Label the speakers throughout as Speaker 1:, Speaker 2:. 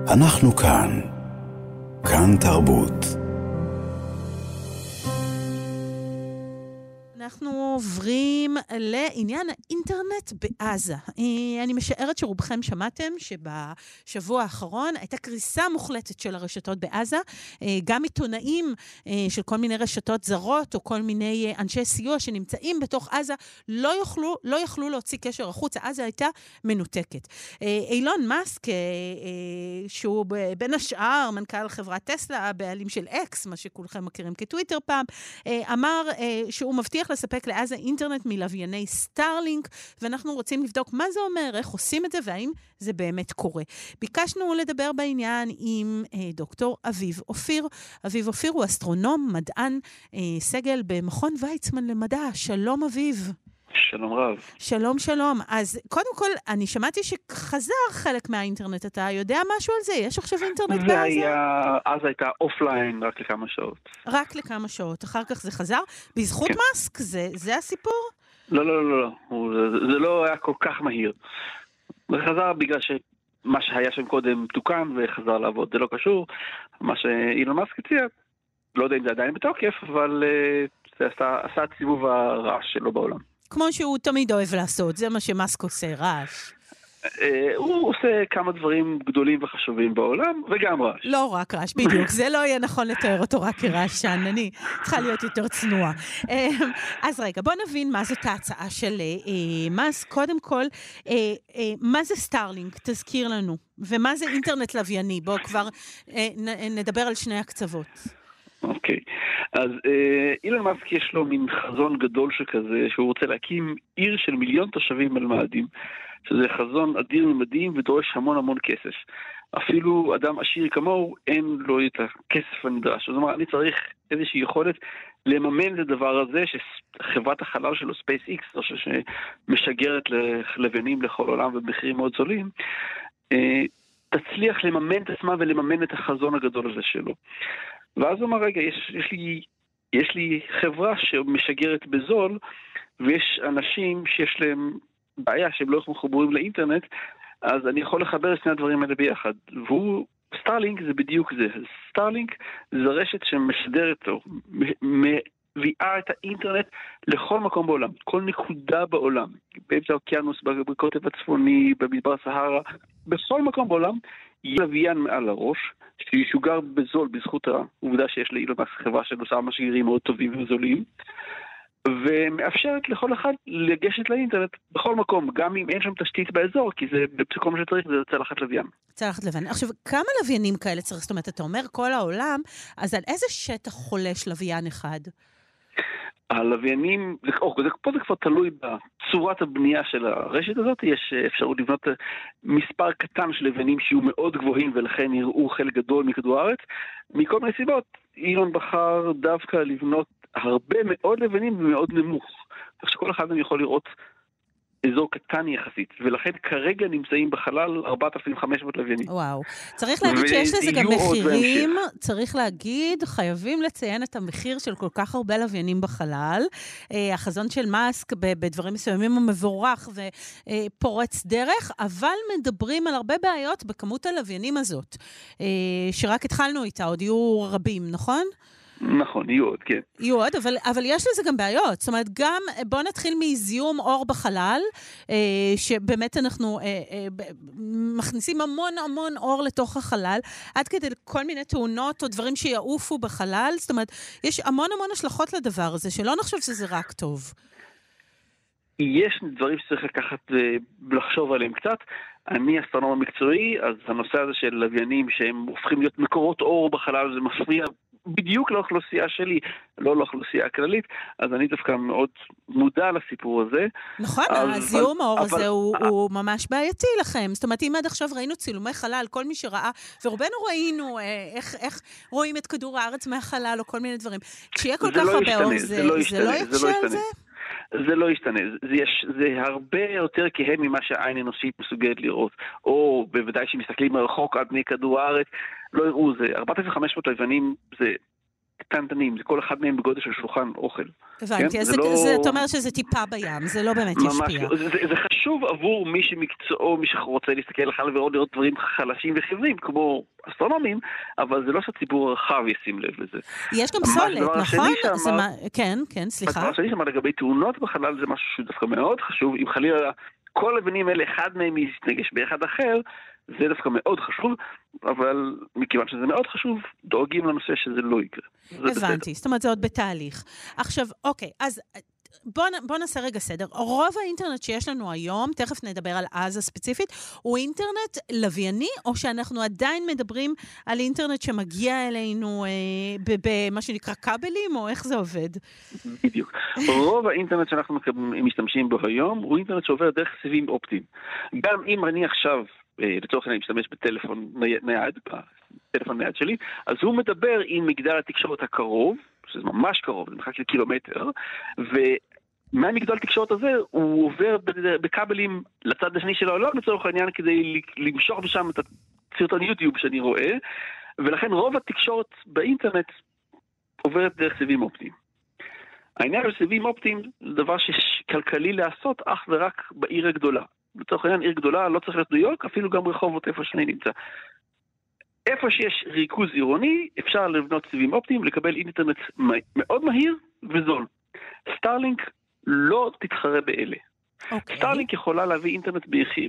Speaker 1: אנחנו כאן. כאן תרבות.
Speaker 2: אנחנו עוברים לעניין האינטרנט בעזה. אני משערת שרובכם שמעתם שבשבוע האחרון הייתה קריסה מוחלטת של הרשתות בעזה. גם עיתונאים של כל מיני רשתות זרות או כל מיני אנשי סיוע שנמצאים בתוך עזה לא יכלו להוציא קשר החוצה. עזה הייתה מנותקת. אילון מאסק, שהוא בין השאר מנכ"ל חברת טסלה, הבעלים של אקס, מה שכולכם מכירים כטוויטר פעם, אמר שהוא מבטיח לספק לעזה אינטרנט מלווייני סטארלינק, ואנחנו רוצים לבדוק מה זה אומר, איך עושים את זה, והאם זה באמת קורה. ביקשנו לדבר בעניין עם דוקטור אביב אופיר. אביב אופיר הוא אסטרונום, מדען, סגל במכון ויצמן למדע. שלום אביב.
Speaker 3: שלום רב.
Speaker 2: שלום, שלום. אז קודם כל, אני שמעתי שחזר חלק מהאינטרנט. אתה יודע משהו על זה? יש עכשיו אינטרנט בעזה?
Speaker 3: אז הייתה אופליין רק לכמה שעות.
Speaker 2: רק לכמה שעות. אחר כך זה חזר? בזכות מאסק? זה הסיפור?
Speaker 3: לא. זה לא היה כל כך מהיר. זה חזר בגלל שמה שהיה שם קודם תוקן וחזר לעבוד. זה לא קשור. מה שאילון מאסק הציע, לא יודע אם זה עדיין בתוקף, אבל זה עשה את סיבוב הרעש שלו בעולם.
Speaker 2: כמו שהוא תמיד אוהב לעשות, זה מה שמאסק עושה, רעש.
Speaker 3: הוא עושה כמה דברים גדולים וחשובים בעולם, וגם רעש.
Speaker 2: לא רק רעש, בדיוק. זה לא יהיה נכון לתאר אותו רק כרעשן. אני צריכה להיות יותר צנועה. אז רגע, בוא נבין מה זאת ההצעה של מאסק. קודם כל, מה זה סטארלינק? תזכיר לנו. ומה זה אינטרנט לווייני? בוא כבר נדבר על שני הקצוות.
Speaker 3: אוקיי, אז אילון מאסק יש לו מין חזון גדול שכזה, שהוא רוצה להקים עיר של 1,000,000 תושבים על מאדים, שזה חזון אדיר ממדים ודורש המון כסף. אפילו אדם עשיר כמוהו, אין לו את הכסף הנדרש. זאת אומרת, אני צריך איזושהי יכולת לממן את הדבר הזה, שחברת החלל שלו, SpaceX, שמשגרת לוויינים לכל עולם במחירים מאוד זולים, תצליח לממן את עצמה ולממן את החזון הגדול הזה שלו. ואז הוא אמר, רגע, יש לי חברה שמשגרת בזול, ויש אנשים שיש להם בעיה שהם לא מחוברים לאינטרנט, אז אני יכול לחבר את שני הדברים האלה ביחד. סטארלינק זה בדיוק זה. סטארלינק זה רשת שמשדרת או מביאה את האינטרנט לכל מקום בעולם, כל נקודה בעולם, באמצע האוקיינוס, בקוטב הצפוני, במדבר סהרה, בכל מקום בעולם, יהיה לוויין מעל הראש, שישוגר בזול בזכות העובדה שיש לאילון מאסק חברה שנושאה משיגרים מאוד טובים וזולים, ומאפשרת לכל אחד לגשת לאינטרנט בכל מקום, גם אם אין שם תשתית באזור, כי זה כל מה שצריך זה צלחת לוויין.
Speaker 2: צלחת לוויין. עכשיו, כמה לוויינים כאלה צריך? זאת אומרת, אתה אומר כל העולם, אז על איזה שטח חולש לוויין אחד?
Speaker 3: הלוויינים, פה זה כבר תלוי בצורת הבנייה של הרשת הזאת, יש אפשרות לבנות מספר קטן של לוויינים שיהיו מאוד גבוהים ולכן יראו חלק גדול מכדור הארץ. מכל מיני סיבות, אילון בחר דווקא לבנות הרבה מאוד לוויינים ומאוד נמוך, כך שכל אחד מהם יכול לראות אזור קטן יחסית, ולכן כרגע נמצאים בחלל 4,500 לוויינים.
Speaker 2: וואו. צריך להגיד שיש לזה גם מחירים, צריך להגיד, חייבים לציין את המחיר של כל כך הרבה לוויינים בחלל. החזון של מאסק בדברים מסוימים הוא מבורך ופורץ דרך, אבל מדברים על הרבה בעיות בכמות הלוויינים הזאת, שרק התחלנו איתה, עוד יהיו רבים, נכון?
Speaker 3: נכון, יהיו עוד, כן.
Speaker 2: יהיו עוד, אבל יש לזה גם בעיות. זאת אומרת, גם, בוא נתחיל מזיהום אור בחלל, שבאמת אנחנו מכניסים המון אור לתוך החלל, עד כדי כל מיני תאונות או דברים שיעופו בחלל. זאת אומרת, יש המון השלכות לדבר הזה, שלא נחשוב שזה רק טוב.
Speaker 3: יש דברים שצריך לקחת ולחשוב עליהם קצת. אני אסטרונום המקצועי, אז הנושא הזה של לוויינים שהם הופכים להיות מקורות אור בחלל, זה מפריע בדיוק לאוכלוסייה שלי, לא לאוכלוסייה הכללית, אז אני דווקא מאוד מודע לסיפור הזה.
Speaker 2: נכון, הזיהום האור הזה הוא ממש בעייתי לכם. זאת אומרת, אם עד עכשיו ראינו צילומי חלל, כל מי שראה, ורובנו ראינו איך רואים את כדור הארץ מהחלל, או כל מיני דברים. כשיהיה כל כך הרבה אור, זה לא יקשה על זה?
Speaker 3: זה לא ישתנה, זה הרבה יותר כהה ממה שהעין אנושית מסוגלת לראות, או בוודאי שמסתכלים מרחוק עד פני כדור הארץ, לא יראו, זה 4,500 לוויינים, זה קטנטנים, זה כל אחד מהם בגודל של שולחן אוכל.
Speaker 2: הבנתי, אז אתה אומר שזה טיפה בים, זה לא באמת ישפיע.
Speaker 3: זה חשוב עבור מי שמקצועו, מי שרוצה להסתכל לחלל ולראות דברים חלשים וחברים, כמו אסטרונומים, אבל זה לא שהציבור הרחב ישים לב לזה.
Speaker 2: יש גם פסולת, נכון? כן, סליחה.
Speaker 3: הדבר שלי שאמר לגבי תאונות בחלל זה משהו שהוא דווקא מאוד חשוב, אם חלילה כל לבנים האלה, אחד מהם יתנגש באחד אחר, זה דווקא מאוד חשוב, אבל מכיוון שזה מאוד חשוב, דואגים לנושא שזה לא יקרה.
Speaker 2: הבנתי, זאת אומרת זה עוד בתהליך. עכשיו, אוקיי, אז בוא נעשה רגע סדר. רוב האינטרנט שיש לנו היום, תכף נדבר על עזה ספציפית, הוא אינטרנט לווייני, או שאנחנו עדיין מדברים על אינטרנט שמגיע אלינו במה שנקרא כבלים, או איך זה עובד?
Speaker 3: בדיוק. רוב האינטרנט שאנחנו משתמשים בו היום, הוא אינטרנט שעובר דרך סיבים אופטיים. גם אם אני עכשיו, לצורך העניין, משתמש בטלפון נייד, בטלפון נייד שלי, אז הוא מדבר עם מגדל התקשורת הקרוב, שזה ממש קרוב, זה מרחק של קילומטר, ומהמגדל התקשורת הזה הוא עובר בכבלים לצד השני של העולם, לצורך העניין, כדי למשוך בשם את הסרטון יוטיוב שאני רואה, ולכן רוב התקשורת באינטרנט עוברת דרך סיבים אופטיים. העניין של סיבים אופטיים זה דבר שכלכלי לעשות אך ורק בעיר הגדולה. לצורך העניין, עיר גדולה לא צריך להיות ניו יורק, אפילו גם רחובות איפה שאני נמצא. איפה שיש ריכוז עירוני, אפשר לבנות סיבים אופטיים, לקבל אינטרנט מאוד מהיר וזול. סטארלינק לא תתחרה באלה. סטארלינק יכולה להביא אינטרנט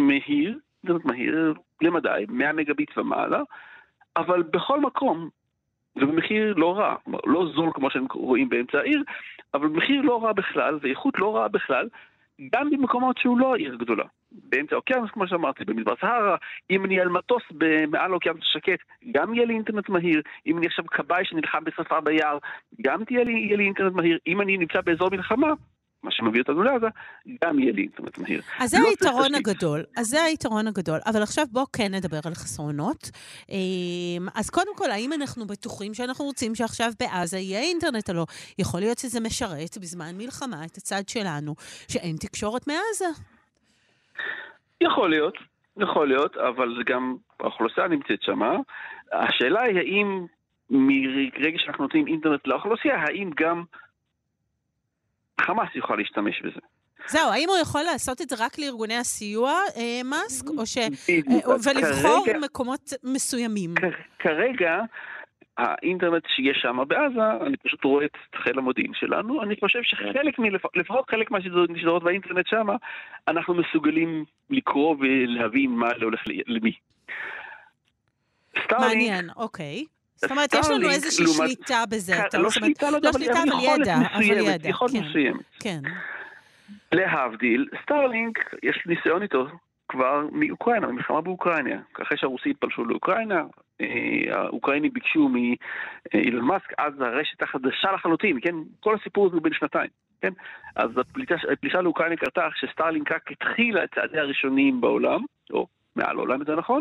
Speaker 3: מהיר למדי, 100 מגביט ומעלה, אבל בכל מקום, ובמחיר לא רע, לא זול כמו שהם רואים באמצע העיר, אבל במחיר לא רע בכלל, ואיכות לא רע בכלל, גם במקומות שהוא לא עיר גדולה. באמצע האוקיינוס, כמו שאמרתי, במדבר סהרה, אם אני על מטוס מעל האוקיינוס השקט, גם יהיה לי אינטרנט מהיר. אם אני עכשיו כבאי שנלחם בשרפה ביער, גם יהיה לי אינטרנט מהיר. אם אני נמצא באזור מלחמה, מה שמביא אותנו לעזה, גם יהיה לי אינטרנט מהיר.
Speaker 2: אז זה היתרון הגדול. אבל עכשיו בוא כן נדבר על חסרונות. אז קודם כל, האם אנחנו בטוחים שאנחנו רוצים שעכשיו בעזה יהיה אינטרנט או לא? יכול להיות שזה משרת בזמן מלחמה את הצד שלנו, שאין תקשורת מעזה.
Speaker 3: יכול להיות, אבל זה גם האוכלוסייה נמצאת שמה. השאלה היא האם מרגע שאנחנו נותנים אינטרנט לאוכלוסייה, האם גם חמאס יוכל להשתמש בזה.
Speaker 2: זהו, האם הוא יכול לעשות את זה רק לארגוני הסיוע, מאסק, ולבחור מקומות מסוימים?
Speaker 3: כרגע, האינטרנט שיש שם בעזה, אני פשוט רואה את חיל המודיעין שלנו, אני חושב לפחות חלק מהשדרות באינטרנט שם, אנחנו מסוגלים לקרוא ולהבין מה הולך למי.
Speaker 2: מעניין, אוקיי. זאת אומרת, יש לנו איזושהי שליטה בזה.
Speaker 3: לא שליטה, אבל ידע. יכולת מסוימת.
Speaker 2: כן.
Speaker 3: להבדיל, סטארלינק, יש ניסיון איתו כבר מאוקראינה, ממלחמה באוקראינה. אחרי שהרוסים התפלשו לאוקראינה, האוקראינים ביקשו מאילון מאסק, אז הרשת החדשה לחלוטין, כן? כל הסיפור הזה בין שנתיים, כן? אז הפלישה לאוקראינה קרתה שסטארלינק רק התחילה את צעדי הראשונים בעולם, או מעל העולם, זה נכון,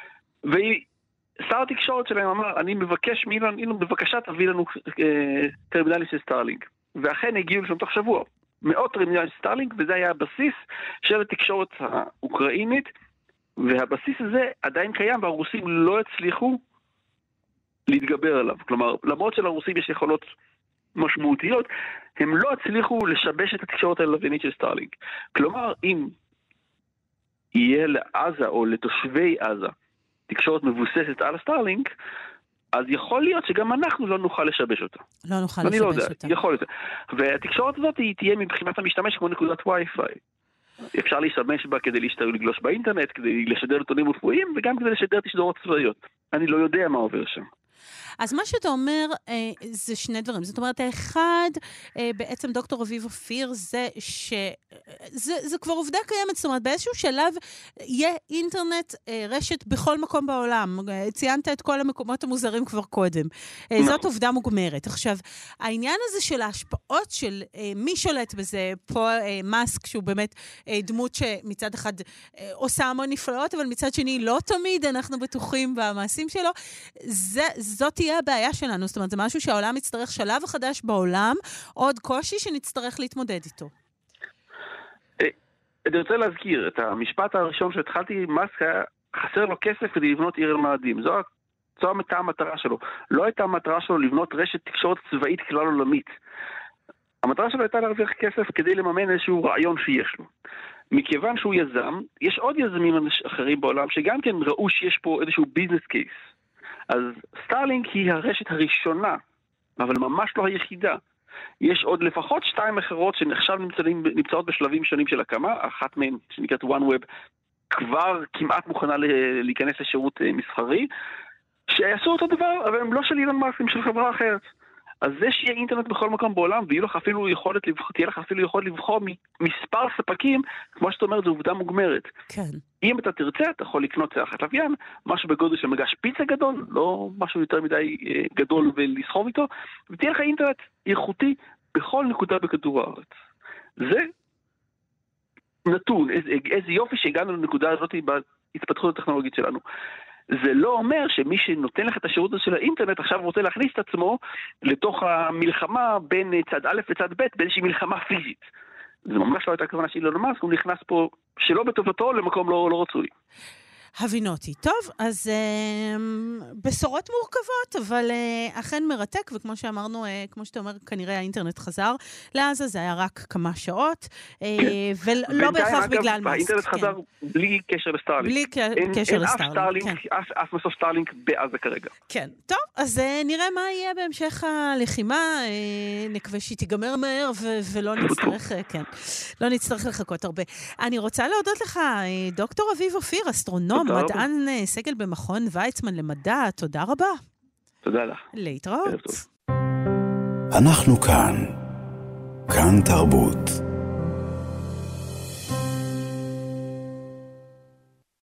Speaker 3: שר התקשורת שלהם אמר, אני מבקש מאילון, בבקשה תביא לנו טרמינלים של סטארלינק. ואכן הגיעו לשם תוך שבוע. מאות טרמינלים של סטארלינק, וזה היה הבסיס של התקשורת האוקראינית, והבסיס הזה עדיין קיים, והרוסים לא הצליחו להתגבר עליו. כלומר, למרות שלרוסים יש יכולות משמעותיות, הם לא הצליחו לשבש את התקשורת הלוויינית של סטארלינק. כלומר, אם יהיה לעזה או לתושבי עזה, תקשורת מבוססת על הסטארלינק, אז יכול להיות שגם אנחנו לא נוכל לשבש אותה.
Speaker 2: לא נוכל לשבש אותה.
Speaker 3: יכול להיות. והתקשורת הזאת היא תהיה מבחינת המשתמש כמו נקודת וי-פיי. אפשר להשתמש בה כדי לגלוש באינטרנט, כדי לשדר נתונים רפואיים, וגם כדי לשדר תשדורות צבאיות. אני לא יודע מה עובר שם.
Speaker 2: אז מה שאתה אומר זה שני דברים. זאת אומרת, האחד, בעצם דוקטור אביב אופיר, זה כבר עובדה קיימת. זאת אומרת, באיזשהו שלב יהיה אינטרנט רשת בכל מקום בעולם. ציינת את כל המקומות המוזרים כבר קודם. זאת עובדה מוגמרת. עכשיו, העניין הזה של ההשפעות של מי שולט בזה, פה מאסק, שהוא באמת דמות שמצד אחד עושה המון נפלאות, אבל מצד שני לא תמיד אנחנו בטוחים במעשים שלו. זאת תהיה הבעיה שלנו, זאת אומרת, זה משהו שהעולם יצטרך שלב חדש בעולם, עוד קושי שנצטרך להתמודד איתו.
Speaker 3: אני רוצה להזכיר, את המשפט הראשון שהתחלתי, מאסק היה חסר לו כסף כדי לבנות עיר המאדים. זו זו הייתה המטרה שלו. לא הייתה המטרה שלו לבנות רשת תקשורת צבאית כלל עולמית. המטרה שלו הייתה להרוויח כסף כדי לממן איזשהו רעיון שיש לו. מכיוון שהוא יזם, יש עוד יזמים אחרים בעולם שגם כן ראו שיש פה איזשהו ביזנס קייס. אז סטארלינק היא הרשת הראשונה, אבל ממש לא היחידה. יש עוד לפחות 2 אחרות שנחשב נמצאות בשלבים שונים של הקמה, אחת מהן שנקראת OneWeb כבר כמעט מוכנה להיכנס לשירות מסחרי, שיעשו אותו דבר, אבל הם לא של אילון מאסק, הם של חברה אחרת. אז זה שיהיה אינטרנט בכל מקום בעולם, ותהיה לך אפילו יכולת לבחור מספר ספקים, כמו שאתה אומר, זו עובדה מוגמרת.
Speaker 2: כן.
Speaker 3: אם אתה תרצה, אתה יכול לקנות צלחת לוויין, משהו בגודל של מגש פיצה גדול, לא משהו יותר מדי גדול ולסחוב איתו, ותהיה לך אינטרנט איכותי בכל נקודה בכדור הארץ. זה נתון, איזה יופי שהגענו לנקודה הזאת בהתפתחות הטכנולוגית שלנו. זה לא אומר שמי שנותן לך את השירות הזה של האינטרנט עכשיו רוצה להכניס את עצמו לתוך המלחמה בין צד א' וצד ב' באיזושהי מלחמה פיזית. זה ממש לא הייתה כוונה של אילון מאסק, הוא נכנס פה שלא בטובתו למקום לא רצוי.
Speaker 2: הבינותי. טוב, אז בשורות מורכבות, אבל אכן מרתק, וכמו שאמרנו, כמו שאתה אומר, כנראה האינטרנט חזר לעזה, זה היה רק כמה שעות, ולא בהכרח בגלל מאסק.
Speaker 3: האינטרנט חזר בלי קשר לסטארלינק.
Speaker 2: בלי קשר לסטארלינק.
Speaker 3: אין אף מסוף סטארלינק בעזה כרגע.
Speaker 2: כן. טוב, אז נראה מה יהיה בהמשך הלחימה, נקווה שהיא תיגמר מהר, ולא נצטרך, כן, לא נצטרך לחכות הרבה. אני רוצה להודות לך, דוקטור אביב אופיר, אסטרונום, מדען סגל במכון ויצמן למדע, תודה רבה.
Speaker 3: תודה לך.
Speaker 2: להתראות.
Speaker 1: אנחנו כאן תרבות.